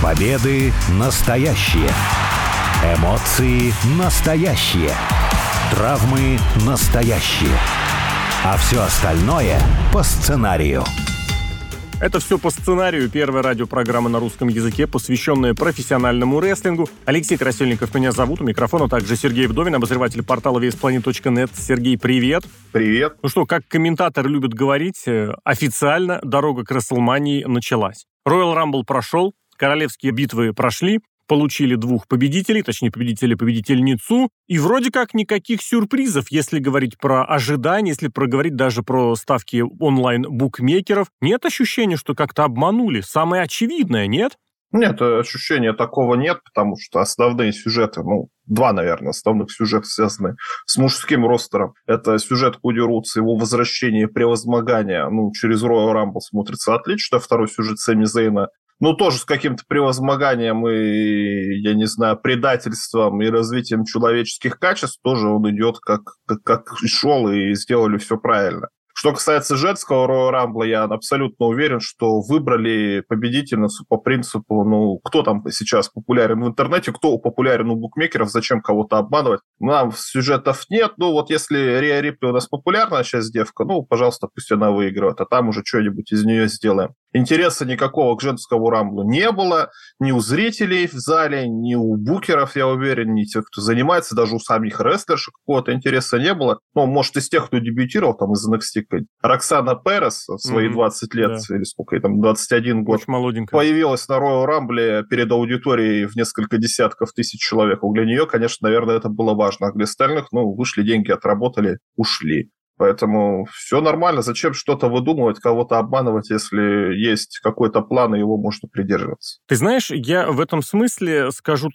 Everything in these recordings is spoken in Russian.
Победы настоящие. Эмоции настоящие. Травмы настоящие. А все остальное по сценарию. Это все по сценарию. Первая радиопрограмма на русском языке, посвященная профессиональному рестлингу. Алексей Красильников меня зовут. У микрофона также Сергей Вдовин, обозреватель портала VSPlanet.net. Сергей, привет. Привет. Ну что, как комментаторы любят говорить, официально дорога к Расселмании началась. Royal Rumble прошел, королевские битвы прошли, получили двух победителей, точнее, победителя-победительницу, и вроде как никаких сюрпризов, если говорить про ожидания, если проговорить даже про ставки онлайн-букмекеров. Нет ощущения, что как-то обманули? Самое очевидное, нет? Нет, ощущения такого нет, потому что основные сюжеты, два, наверное, основных сюжета связаны с мужским ростером. Это сюжет Коди Роудса, его возвращение и превозмогание, через Royal Rumble смотрится отлично. Второй сюжет Сами Зейна, тоже с каким-то превозмоганием и, предательством и развитием человеческих качеств, тоже он идет как шел, и сделали все правильно. Что касается женского Royal Rumble, я абсолютно уверен, что выбрали победительницу по принципу, кто там сейчас популярен в интернете, кто популярен у букмекеров, зачем кого-то обманывать. Нам сюжетов нет, если Риа Рипли у нас популярная сейчас девка, пожалуйста, пусть она выигрывает, а там уже что-нибудь из нее сделаем. Интереса никакого к женскому рамблу не было, ни у зрителей в зале, ни у букеров, я уверен, ни тех, кто занимается, даже у самих рестлершек какого-то интереса не было. Может, из тех, кто дебютировал там из NXT, Роксана Перес в свои 20 лет, или сколько ей там, 21 год, появилась на Royal Rumble перед аудиторией в несколько десятков тысяч человек. Для нее, конечно, наверное, это было важно. А для остальных, вышли деньги, отработали, ушли. Поэтому все нормально. Зачем что-то выдумывать, кого-то обманывать, если есть какой-то план, и его можно придерживаться? Ты знаешь, я в этом смысле выскажу,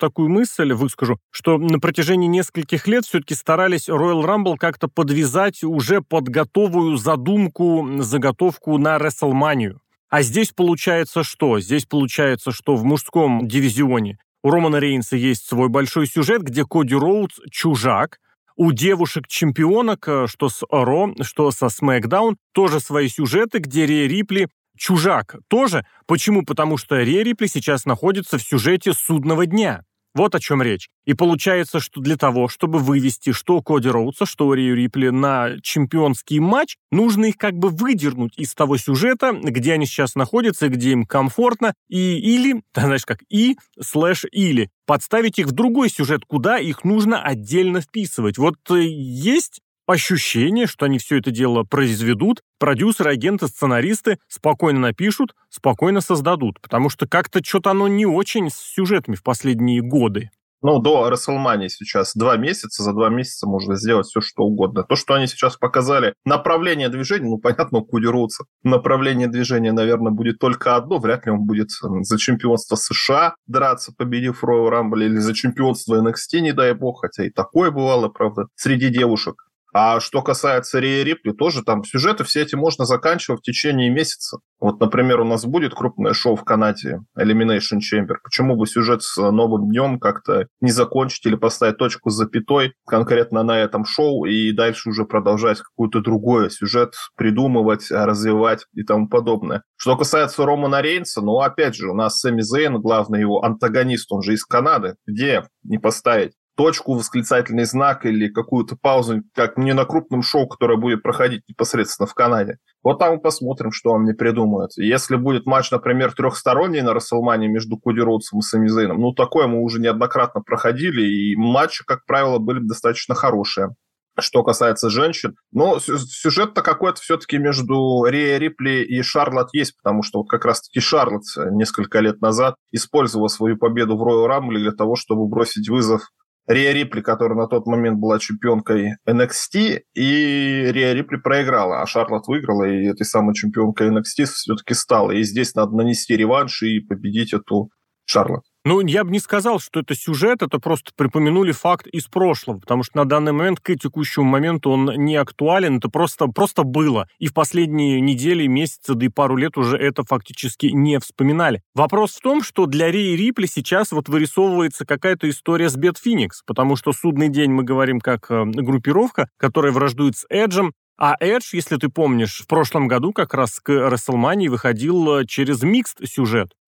что на протяжении нескольких лет все-таки старались Royal Rumble как-то подвязать уже под готовую заготовку на WrestleMania. А здесь получается что? Здесь получается, что в мужском дивизионе у Романа Рейнса есть свой большой сюжет, где Коди Роудс чужак. У девушек-чемпионок, что с Ро, что со SmackDown, тоже свои сюжеты, где Риа Рипли чужак. Тоже. Почему? Потому что Риа Рипли сейчас находится в сюжете судного дня. Вот о чем речь. И получается, что для того, чтобы вывести что Коди Роудса, что Риу Рипли на чемпионский матч, нужно их как бы выдернуть из того сюжета, где они сейчас находятся, где им комфортно, или подставить их в другой сюжет, куда их нужно отдельно вписывать. Вот есть ощущение, что они все это дело произведут, продюсеры, агенты, сценаристы спокойно напишут, спокойно создадут, потому что как-то что-то оно не очень с сюжетами в последние годы. До WrestleMania сейчас 2 месяца, за 2 месяца можно сделать все, что угодно. То, что они сейчас показали, направление движения, понятно, у Коди Роудса направление движения, наверное, будет только одно, вряд ли он будет за чемпионство США драться, победив Royal Rumble, или за чемпионство NXT, не дай бог, хотя и такое бывало, правда, среди девушек. А что касается Риа Рипли, тоже там сюжеты все эти можно заканчивать в течение месяца. Например, у нас будет крупное шоу в Канаде, Elimination Chamber. Почему бы сюжет с новым днем как-то не закончить или поставить точку с запятой конкретно на этом шоу и дальше уже продолжать какой-то другой сюжет, придумывать, развивать и тому подобное. Что касается Романа Рейнса, опять же, у нас Сами Зейн, главный его антагонист, он же из Канады. Где не поставить точку, восклицательный знак или какую-то паузу, как не на крупном шоу, которое будет проходить непосредственно в Канаде. Там мы посмотрим, что он не придумает. Если будет матч, например, трехсторонний на WrestleMania между Коди Роудсом и Сами Зейном, такое мы уже неоднократно проходили, и матчи, как правило, были достаточно хорошие. Что касается женщин, сюжет-то какой-то все-таки между Риа Рипли и Шарлотт есть, потому что как раз-таки Шарлотт несколько лет назад использовала свою победу в Royal Rumble для того, чтобы бросить вызов Риа Рипли, которая на тот момент была чемпионкой NXT, и Риа Рипли проиграла, а Шарлотт выиграла, и этой самой чемпионкой NXT все-таки стала. И здесь надо нанести реванш и победить эту Шарлотт. Я бы не сказал, что это сюжет, это просто припомянули факт из прошлого, потому что на данный момент, к текущему моменту, он не актуален, это просто было. И в последние недели, месяцы, да и пару лет уже это фактически не вспоминали. Вопрос в том, что для Риа Рипли сейчас вырисовывается какая-то история с Бет Феникс, потому что «Судный день» мы говорим как группировка, которая враждует с Эджем, а Эдж, если ты помнишь, в прошлом году как раз к WrestleMania выходил через микст сюжет.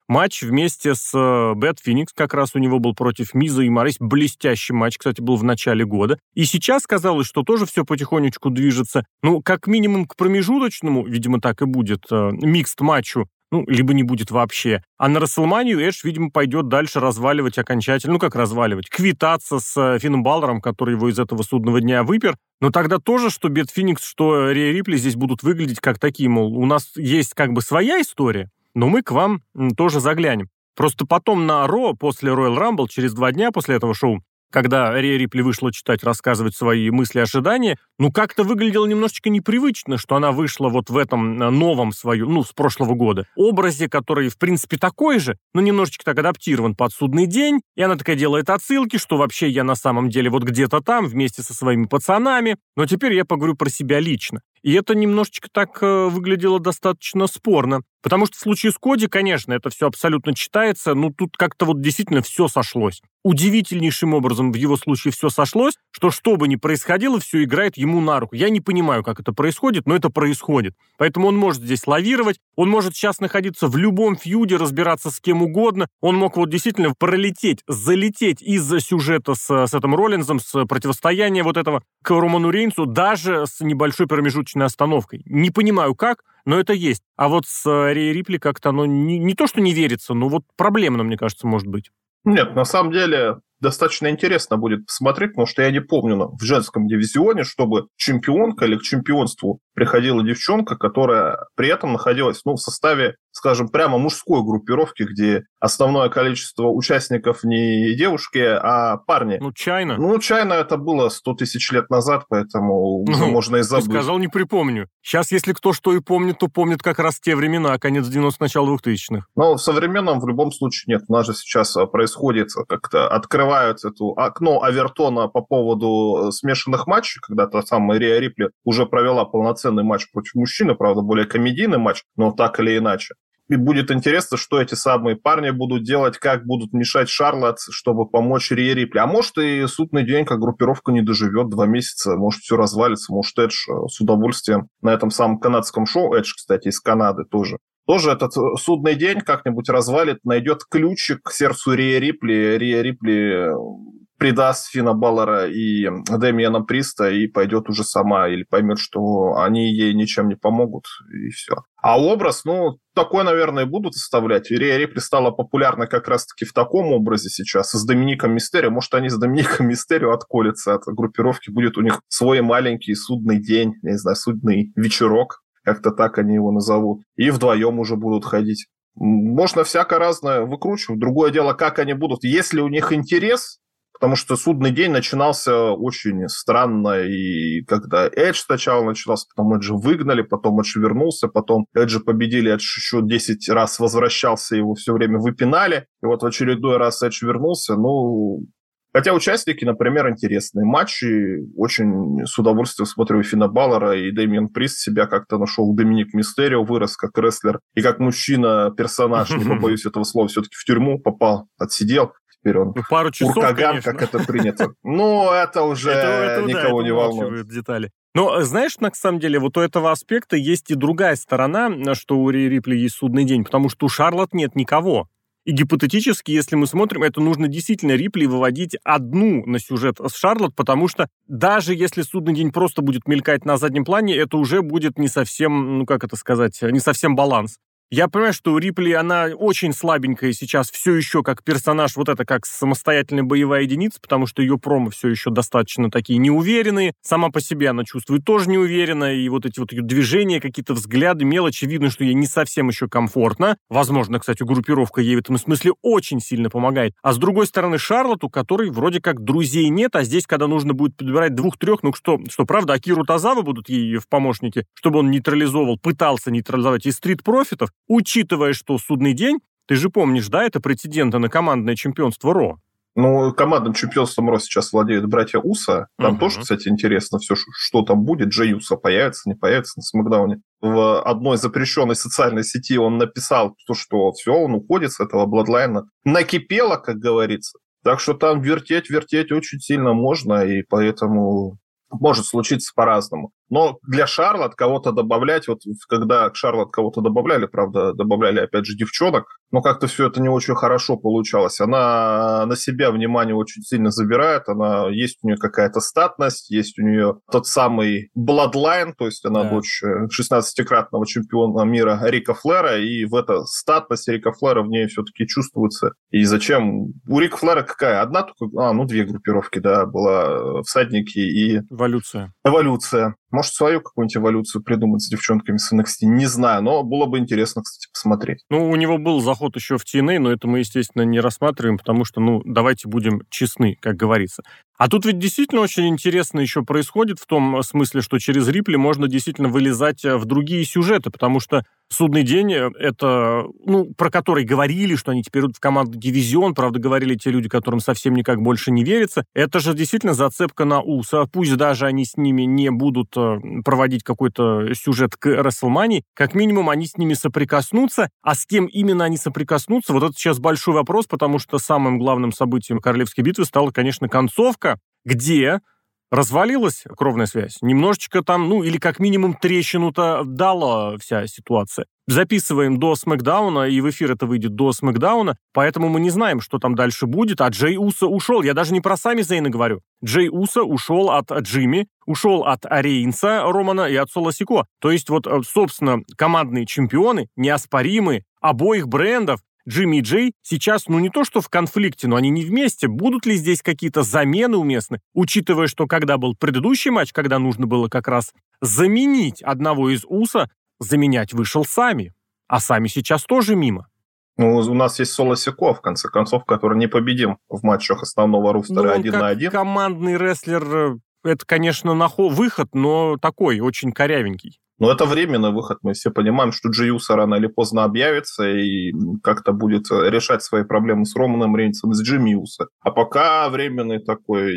матч вместе с Бет Феникс, как раз у него был против Миза и Морейс. Блестящий матч, кстати, был в начале года. И сейчас казалось, что тоже все потихонечку движется. Ну, как минимум к промежуточному, видимо, так и будет, микст-матчу, ну, либо не будет вообще. А на Расселманию Эдж, видимо, пойдет дальше разваливать окончательно. Ну, как разваливать? Квитаться с Финном Баллером, который его из этого судного дня выпер. Но тогда тоже, что Бет Феникс, что Рия Рипли здесь будут выглядеть как такие, мол, у нас есть как бы своя история, но мы к вам тоже заглянем. Просто потом на Ро, после Royal Rumble, через 2 дня после этого шоу, когда Рия Рипли вышла читать, рассказывать свои мысли, ожидания, ну, как-то выглядело немножечко непривычно, что она вышла вот в этом новом своем, ну, с прошлого года, образе, который, в принципе, такой же, но немножечко так адаптирован под судный день, и она такая делает отсылки, что вообще я на самом деле вот где-то там, вместе со своими пацанами, но теперь я поговорю про себя лично. И это немножечко так выглядело достаточно спорно. Потому что в случае с Коди, конечно, это все абсолютно читается, но тут как-то вот действительно все сошлось. Удивительнейшим образом в его случае все сошлось, что бы ни происходило, все играет ему на руку. Я не понимаю, как это происходит, но это происходит. Поэтому он может здесь лавировать, он может сейчас находиться в любом фьюде, разбираться с кем угодно. Он мог вот действительно пролететь, залететь из сюжета с этим Роллинзом, с противостояния вот этого к Роману Рейнсу, даже с небольшой промежуточной остановкой. Не понимаю как, но это есть. А вот с Рией Рипли как-то оно не то, что не верится, но вот проблемно, мне кажется, может быть. Нет, на самом деле достаточно интересно будет посмотреть, потому что я не помню в женском дивизионе, чтобы чемпионка или к чемпионству приходила девчонка, которая при этом находилась, ну, в составе, скажем, прямо мужской группировки, где основное количество участников не девушки, а парни. Ну, Чайна. Ну, Чайна это было 100 тысяч лет назад, поэтому уже можно и забыть. Ты сказал, не припомню. Сейчас, если кто что и помнит, то помнит как раз те времена, конец 90-х, начало 2000-х. Но в современном в любом случае нет. У нас же сейчас происходит как-то открывают это окно Овертона по поводу смешанных матчей, когда та самая Рия Рипли уже провела полноценный матч против мужчины, правда, более комедийный матч, но так или иначе. И будет интересно, что эти самые парни будут делать, как будут мешать Шарлотт, чтобы помочь Рии Рипли. А может, и судный день, как группировка не доживет 2 месяца, может, все развалится, может, Эдж с удовольствием на этом самом канадском шоу, Эдж, кстати, из Канады тоже этот судный день как-нибудь развалит, найдет ключик к сердцу Рии Рипли. Рия Рипли предаст Финна Баллера и Дэмиана Приста и пойдет уже сама, или поймет, что они ей ничем не помогут, и все. А образ, ну, такой, наверное, будут оставлять. Рия Рипли стала популярна как раз-таки в таком образе сейчас, с Домиником Мистерио. Может, они с Домиником Мистерио отколятся от группировки, будет у них свой маленький судный день, не знаю, судный вечерок. Как-то так они его назовут. И вдвоем уже будут ходить. Можно всяко разное выкручивать. Другое дело, как они будут. Если у них интерес, потому что судный день начинался очень странно. И когда Эдж сначала начинался, потом Эджа выгнали, потом Эдж вернулся, потом Эджа победили, Эдж еще 10 раз возвращался, его все время выпинали. И вот в очередной раз Эдж вернулся, ну... Хотя участники, например, интересные матчи. Очень с удовольствием смотрю и Финна Баллера, и Дэмиан Прист себя как-то нашел. Доминик Мистерио вырос как рестлер. И как мужчина-персонаж, не побоюсь этого слова, все-таки в тюрьму попал, отсидел. Теперь он пару часов, уркаган, конечно. как это принято. Ну, это уже никого не волнует. Детали. Но, знаешь, на самом деле, вот у этого аспекта есть и другая сторона, что у Рии Рипли есть судный день, потому что у Шарлотт нет никого. И гипотетически, если мы смотрим, это нужно действительно Рипли выводить одну на сюжет с Шарлотт, потому что даже если судный день просто будет мелькать на заднем плане, это уже будет не совсем, ну как это сказать, не совсем баланс. Я понимаю, что у Рипли она очень слабенькая сейчас, все еще как персонаж, вот это как самостоятельная боевая единица, потому что ее промо все еще достаточно такие неуверенные. Сама по себе она чувствует тоже неуверенно, и вот эти вот ее движения, какие-то взгляды, мелочи, видно, что ей не совсем еще комфортно. Возможно, кстати, группировка ей в этом смысле очень сильно помогает. А с другой стороны, Шарлотт, у которой вроде как друзей нет, а здесь, когда нужно будет подбирать 2-3, ну что, правда, Акиру Тозава будут ей в помощники, чтобы он пытался нейтрализовать и стрит-профитов, учитывая, что судный день, ты же помнишь, да, это претенденты на командное чемпионство Ро. Ну, командным чемпионством Ро сейчас владеют братья Уса. Там тоже, кстати, интересно все, что там будет. Джей Уса появится, не появится на Смэкдауне. В одной запрещенной социальной сети он написал, что все, он уходит с этого бладлайна. Накипело, как говорится. Так что там вертеть очень сильно можно, и поэтому... Может случиться по-разному. Но для Шарлотт кого-то добавлять, вот когда к Шарлотт кого-то добавляли, правда, добавляли, опять же, девчонок, но как-то все это не очень хорошо получалось. Она на себя внимание очень сильно забирает, есть у нее какая-то статность, есть у нее тот самый bloodline, то есть она дочь 16-кратного чемпиона мира Рика Флера, и в эта статность Рика Флера в ней все-таки чувствуется. И зачем? У Рика Флера какая? Одна только... две группировки, да, была всадники и... Эволюция. Может, свою какую-нибудь эволюцию придумать с девчонками с NXT, не знаю, но было бы интересно, кстати, посмотреть. У него был заход еще в TNA, но это мы, естественно, не рассматриваем, потому что, давайте будем честны, как говорится. А тут ведь действительно очень интересно еще происходит в том смысле, что через Рипли можно действительно вылезать в другие сюжеты, потому что «Судный день» — это, про который говорили, что они теперь идут в командный дивизион, правда, говорили те люди, которым совсем никак больше не верится. Это же действительно зацепка на Уса. Пусть даже они с ними не будут проводить какой-то сюжет к WrestleMania, как минимум они с ними соприкоснутся, а с кем именно они соприкоснутся, вот это сейчас большой вопрос, потому что самым главным событием Королевской битвы стала, конечно, концовка, где развалилась кровная связь. Немножечко там, или как минимум трещину-то дала вся ситуация. Записываем до Смэкдауна, и в эфир это выйдет до Смэкдауна, поэтому мы не знаем, что там дальше будет, а Джей Усо ушел. Я даже не про Сами Зейна говорю. Джей Усо ушел от Джимми, ушел от Рейнса Романа и от Соло Сикоа. То есть собственно, командные чемпионы, неоспоримые, обоих брендов, Джимми и Джей сейчас, не то что в конфликте, но они не вместе. Будут ли здесь какие-то замены уместны? Учитывая, что когда был предыдущий матч, когда нужно было как раз заменить одного из Уса, заменять вышел Сами. А Сами сейчас тоже мимо. У нас есть Соло Сикоа, в конце концов, который непобедим в матчах основного ростера 1 на 1. Командный рестлер, это, конечно, выход, но такой, очень корявенький. Но это временный выход. Мы все понимаем, что Джей Усо рано или поздно объявится и как-то будет решать свои проблемы с Романом Рейнсом и с Джимми Усо. А пока временный такой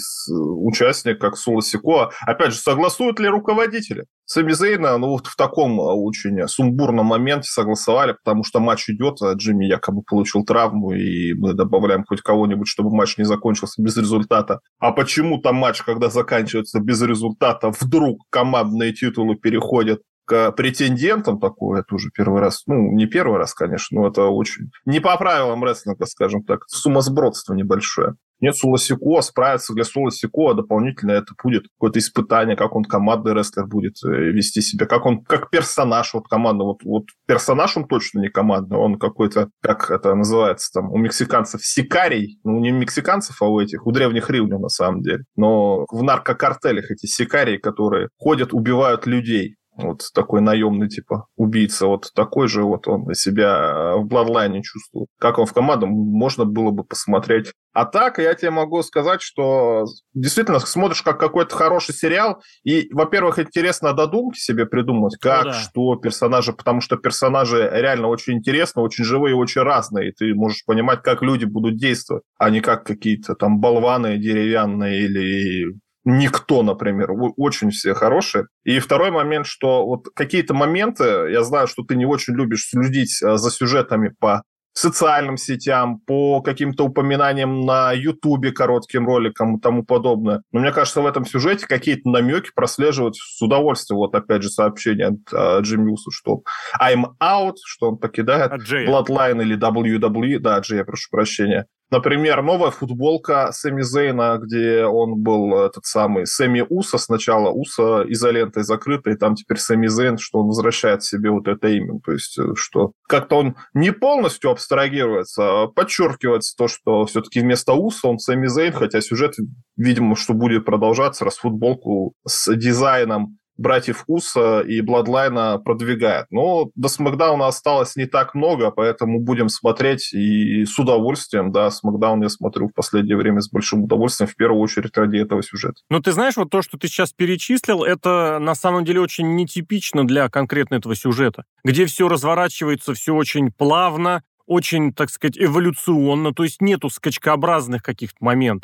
участник, как Соло Сикоа. Опять же, согласуют ли руководители? Сами Зейна, в таком очень сумбурном моменте согласовали, потому что матч идет, а Джимми якобы получил травму, и мы добавляем хоть кого-нибудь, чтобы матч не закончился без результата. А почему-то матч, когда заканчивается без результата, вдруг командные титулы переходят к претендентам, такое это уже первый раз, не первый раз, конечно, но это очень не по правилам рестлинга, скажем так, сумасбродство небольшое. Нет, Соло Сикоа справится для Соло Сикоа дополнительно, это будет какое-то испытание, как он командный рестлер будет вести себя, как он, как персонаж командный. Вот персонаж он точно не командный, он какой-то, как это называется там, у мексиканцев сикарий, не мексиканцев, а у древних римлян на самом деле, но в наркокартелях эти сикарии, которые ходят, убивают людей. Такой наемный типа убийца, такой же он себя в Bloodline чувствует. Как он в команду, можно было бы посмотреть. А так, я тебе могу сказать, что действительно смотришь как какой-то хороший сериал, и, во-первых, интересно додумки себе придумать, как, что, персонажи, потому что персонажи реально очень интересны, очень живые, очень разные, и ты можешь понимать, как люди будут действовать, а не как какие-то там болваны деревянные или... Никто, например, очень все хорошие. И второй момент, что какие-то моменты, я знаю, что ты не очень любишь следить за сюжетами по социальным сетям, по каким-то упоминаниям на Ютубе, коротким роликам и тому подобное. Но мне кажется, в этом сюжете какие-то намеки прослеживать с удовольствием. Опять же, сообщение от Джимми Усо, что I'm out, что он покидает Bloodline или WWE. Да, Джей, прошу прощения. Например, новая футболка Сами Зейна, где он был этот самый Сами Усо. Сначала Усо изолентой закрытой, там теперь Сами Зейн, что он возвращает себе это имя. То есть, что как-то он не полностью абстрагируется, а подчеркивается то, что все-таки вместо Усо он Сами Зейн, хотя сюжет, видимо, что будет продолжаться, раз футболку с дизайном братьев Усо и Бладлайна продвигает. Но до Смэкдауна осталось не так много, поэтому будем смотреть и с удовольствием. Да, Смэкдаун я смотрю в последнее время с большим удовольствием, в первую очередь ради этого сюжета. Ты знаешь, то, что ты сейчас перечислил, это на самом деле очень нетипично для конкретно этого сюжета, где все разворачивается, все очень плавно, очень, так сказать, эволюционно, то есть нету скачкообразных каких-то моментов.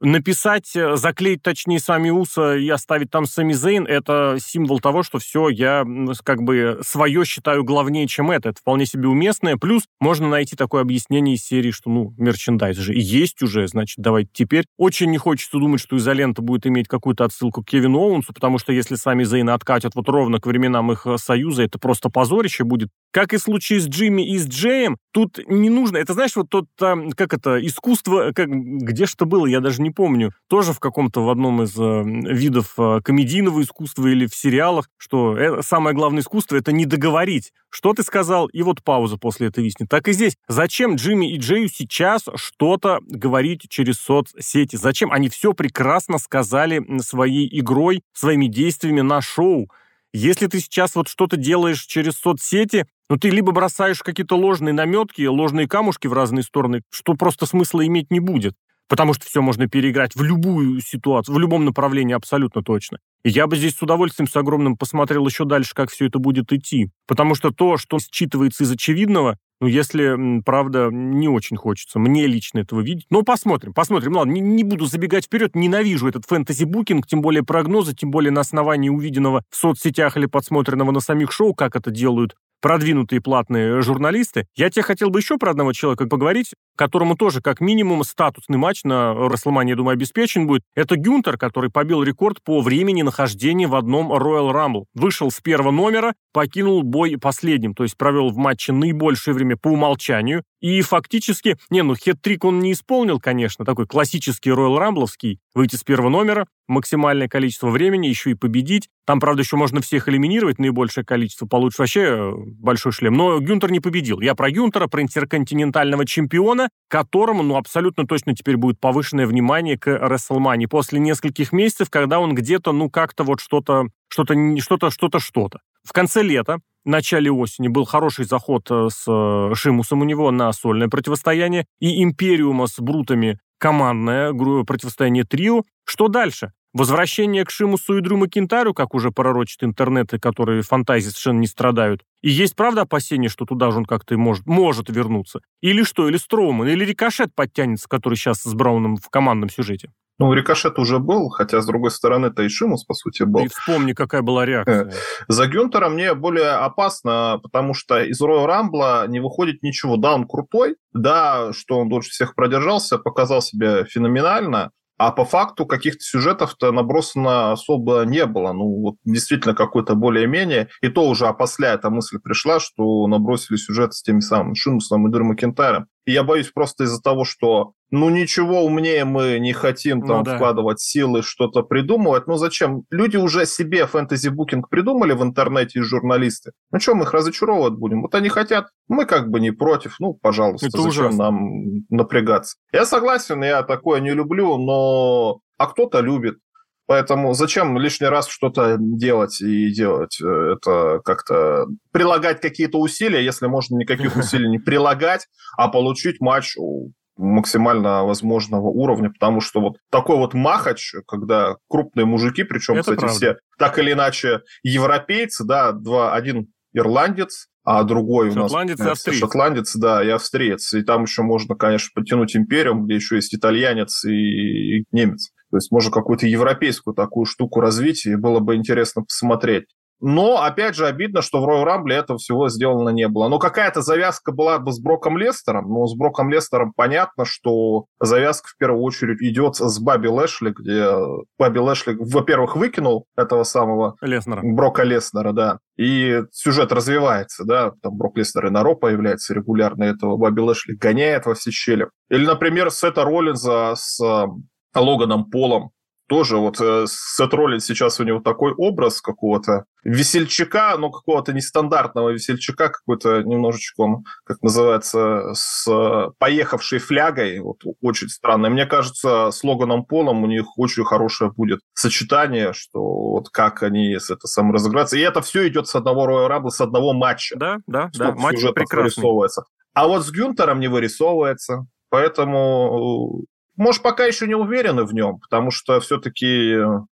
написать, заклеить, точнее, сами Уса и оставить там Сами Зейн, это символ того, что все, я как бы свое считаю главнее, чем это. Это вполне себе уместное. Плюс можно найти такое объяснение из серии, что, мерчендайз же есть уже, значит, давайте теперь. Очень не хочется думать, что изолента будет иметь какую-то отсылку к Кевину Оуэнсу, потому что если Сами Зейна откатят вот ровно к временам их союза, это просто позорище будет. Как и в случае с Джимми и с Джеем, тут не нужно... Это, знаешь, вот тот, искусство... Где что было, я даже не помню. Тоже в каком-то, в одном из видов комедийного искусства или в сериалах, что самое главное искусство — это не договорить. Что ты сказал, и вот пауза после этого виснет. Так и здесь. Зачем Джимми и Джею сейчас что-то говорить через соцсети? Зачем? Они все прекрасно сказали своей игрой, своими действиями на шоу. Если ты сейчас вот что-то делаешь через соцсети, ты либо бросаешь какие-то ложные наметки, ложные камушки в разные стороны, что просто смысла иметь не будет. Потому что все можно переиграть в любую ситуацию, в любом направлении абсолютно точно. И я бы здесь с удовольствием, с огромным, посмотрел еще дальше, как все это будет идти. Потому что то, что считывается из очевидного, если, правда, не очень хочется мне лично этого видеть. Но посмотрим. Ладно, не буду забегать вперед, ненавижу этот фэнтези-букинг, тем более прогнозы, тем более на основании увиденного в соцсетях или подсмотренного на самих шоу, как это делают продвинутые платные журналисты. Я тебе хотел бы еще про одного человека поговорить, которому тоже, как минимум, статусный матч на WrestleMania, я думаю, обеспечен будет. Это Гюнтер, который побил рекорд по времени нахождения в одном Royal Rumble. Вышел с первого номера, покинул бой последним, то есть провел в матче наибольшее время по умолчанию. И фактически, хет-трик он не исполнил, конечно, такой классический Royal Rumble'овский, выйти с первого номера, максимальное количество времени, еще и победить. Там, правда, еще можно всех элиминировать, наибольшее количество, получишь вообще большой шлем. Но Гюнтер не победил. Я про Гюнтера, про интерконтинентального чемпиона, которому, абсолютно точно теперь будет повышенное внимание к WrestleMania. После нескольких месяцев, когда он где-то, как-то вот что-то. В конце лета, в начале осени был хороший заход с Шимусом у него на сольное противостояние, и Империума с Брутами командное противостояние трио. Что дальше? Возвращение к Шимусу и Дрю Макинтайру, как уже пророчат интернеты, которые фантазии совершенно не страдают. И есть, правда, опасение, что туда же он как-то может вернуться? Или что? Или Строуман? Или Рикошет подтянется, который сейчас с Брауном в командном сюжете? Рикошет уже был, хотя, с другой стороны-то и Шимус, по сути, был. И вспомни, какая была реакция. За Гюнтера мне более опасно, потому что из Royal Rumble не выходит ничего. Да, он крутой, да, что он дольше всех продержался, показал себя феноменально, а по факту каких-то сюжетов-то набросано особо не было. Действительно, какой-то более-менее. И то уже опосля эта мысль пришла, что набросили сюжет с теми самыми Шимусом и Дрю Макинтайром. И я боюсь просто из-за того, что ничего умнее мы не хотим вкладывать силы, что-то придумывать. Зачем? Люди уже себе фэнтези-букинг придумали в интернете, и журналисты. Что мы их разочаровывать будем? Вот они хотят, мы как бы не против. Пожалуйста, это зачем ужасно. нам напрягаться? Я согласен, я такое не люблю, но кто-то любит. Поэтому зачем лишний раз что-то делать и делать? Это как-то прилагать какие-то усилия, если можно никаких усилий не прилагать, а получить матч максимально возможного уровня, потому что вот такой вот махач, когда крупные мужики, причем, это кстати, правда. все так или иначе европейцы, да, один ирландец, а другой у нас шотландец, да, и австриец. И там еще можно, конечно, подтянуть Империум, где еще есть итальянец и немец. То есть можно какую-то европейскую такую штуку развить, и было бы интересно посмотреть. Но, опять же, обидно, что в Royal Rumble этого всего сделано не было. Но какая-то завязка была бы с Броком Леснером. Но с Броком Леснером понятно, что завязка в первую очередь идет с Бобби Лэшли, где Бобби Лэшли, во-первых, выкинул этого самого Брока Леснера, да. И сюжет развивается, да. Там Брок Леснер и на Ро появляется регулярно, этого Бобби Лэшли гоняет во все щели. Или, например, Сета Роллинза с Логаном Полом. Тоже вот Сет Роллинс сейчас у него такой образ какого-то весельчака, но какого-то нестандартного весельчака, какой-то немножечко он, как называется, с поехавшей флягой, вот очень странно. Мне кажется, с Логаном Полом у них очень хорошее будет сочетание, что вот как они с это самым разыграются. И это все идет с одного Royal Rumble, с одного матча. Да, матч прекрасный. Вырисовывается. А вот с Гюнтером не вырисовывается, поэтому... Может, пока еще не уверены в нем, потому что все-таки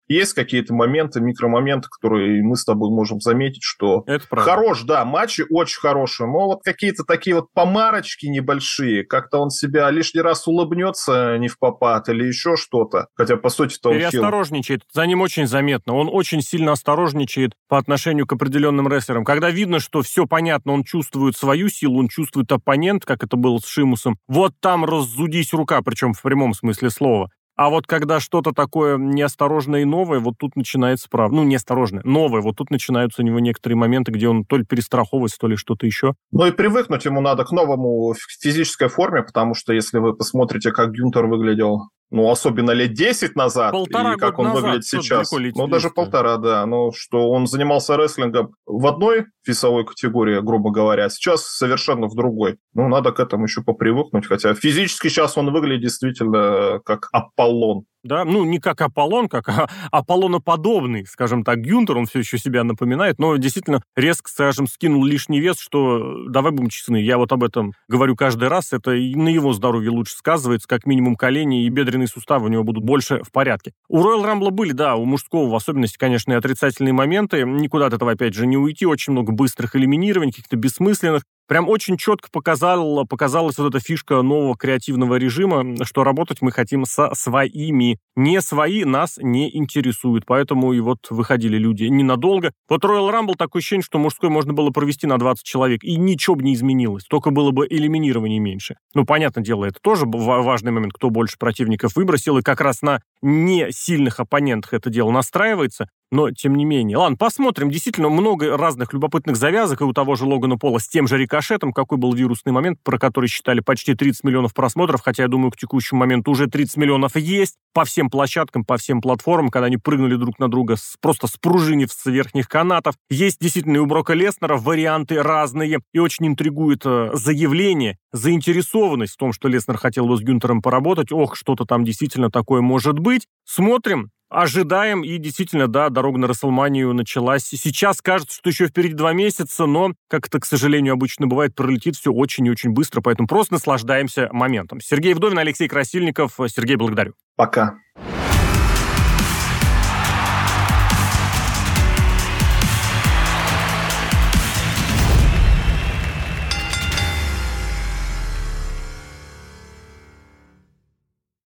есть какие-то моменты, микромоменты, которые мы с тобой можем заметить, что хорош, да, матчи очень хорошие, но вот какие-то такие вот помарочки небольшие, как-то он себя лишний раз улыбнется не впопад или еще что-то, хотя, по сути-то, он переосторожничает, за ним очень заметно, он очень сильно осторожничает по отношению к определенным рестлерам. Когда видно, что все понятно, он чувствует свою силу, он чувствует оппонент, как это было с Шимусом, вот там раззудись рука, причем в прямом смысле слова. А вот когда что-то такое неосторожное и новое, вот тут начинается правда. Ну, неосторожное, новое. Вот тут начинаются у него некоторые моменты, где он то ли перестраховывается, то ли что-то еще. Ну и привыкнуть ему надо к новому в физической форме, потому что если вы посмотрите, как Гюнтер выглядел, ну, особенно лет 10 назад, и как он выглядит сейчас. Ну, даже полтора, да. Ну, что он занимался рестлингом в одной весовой категории, грубо говоря, сейчас совершенно в другой. Ну, надо к этому еще попривыкнуть, хотя физически сейчас он выглядит действительно как Аполлон. Да, ну, не как Аполлон, как Аполлоноподобный, скажем так, Гюнтер, он все еще себя напоминает, но действительно резко, скажем, скинул лишний вес, что, давай будем честны, я вот об этом говорю каждый раз, это и на его здоровье лучше сказывается, как минимум колени и бедренные суставы у него будут больше в порядке. У Royal Rumble были, да, у мужского в особенности, конечно, и отрицательные моменты, никуда от этого, опять же, не уйти, очень много быстрых элиминирований, каких-то бессмысленных. Прям очень четко показалась вот эта фишка нового креативного режима, что работать мы хотим со своими. Не свои нас не интересуют, поэтому и вот выходили люди ненадолго. Вот Royal Rumble такое ощущение, что мужской можно было провести на 20 человек, и ничего бы не изменилось, только было бы элиминирований меньше. Ну, понятное дело, это тоже важный момент, кто больше противников выбросил, и как раз на не сильных оппонентах это дело настраивается, но тем не менее. Ладно, посмотрим. Действительно, много разных любопытных завязок, и у того же Логана Пола с тем же рикошетом, какой был вирусный момент, про который считали почти 30 миллионов просмотров, хотя, я думаю, к текущему моменту уже 30 миллионов есть по всем площадкам, по всем платформам, когда они прыгнули друг на друга, просто спружинив с верхних канатов. Есть действительно и у Брока Леснера варианты разные, и очень интригует заявление, заинтересованность в том, что Леснер хотел бы с Гюнтером поработать. Ох, что-то там действительно такое может быть. Смотрим. Ожидаем, и действительно, да, дорога на Расселманию началась. Сейчас кажется, что еще впереди 2 месяца, но, как это, к сожалению, обычно бывает, пролетит все очень и очень быстро, поэтому просто наслаждаемся моментом. Сергей Вдовин, Алексей Красильников. Сергей, благодарю. Пока.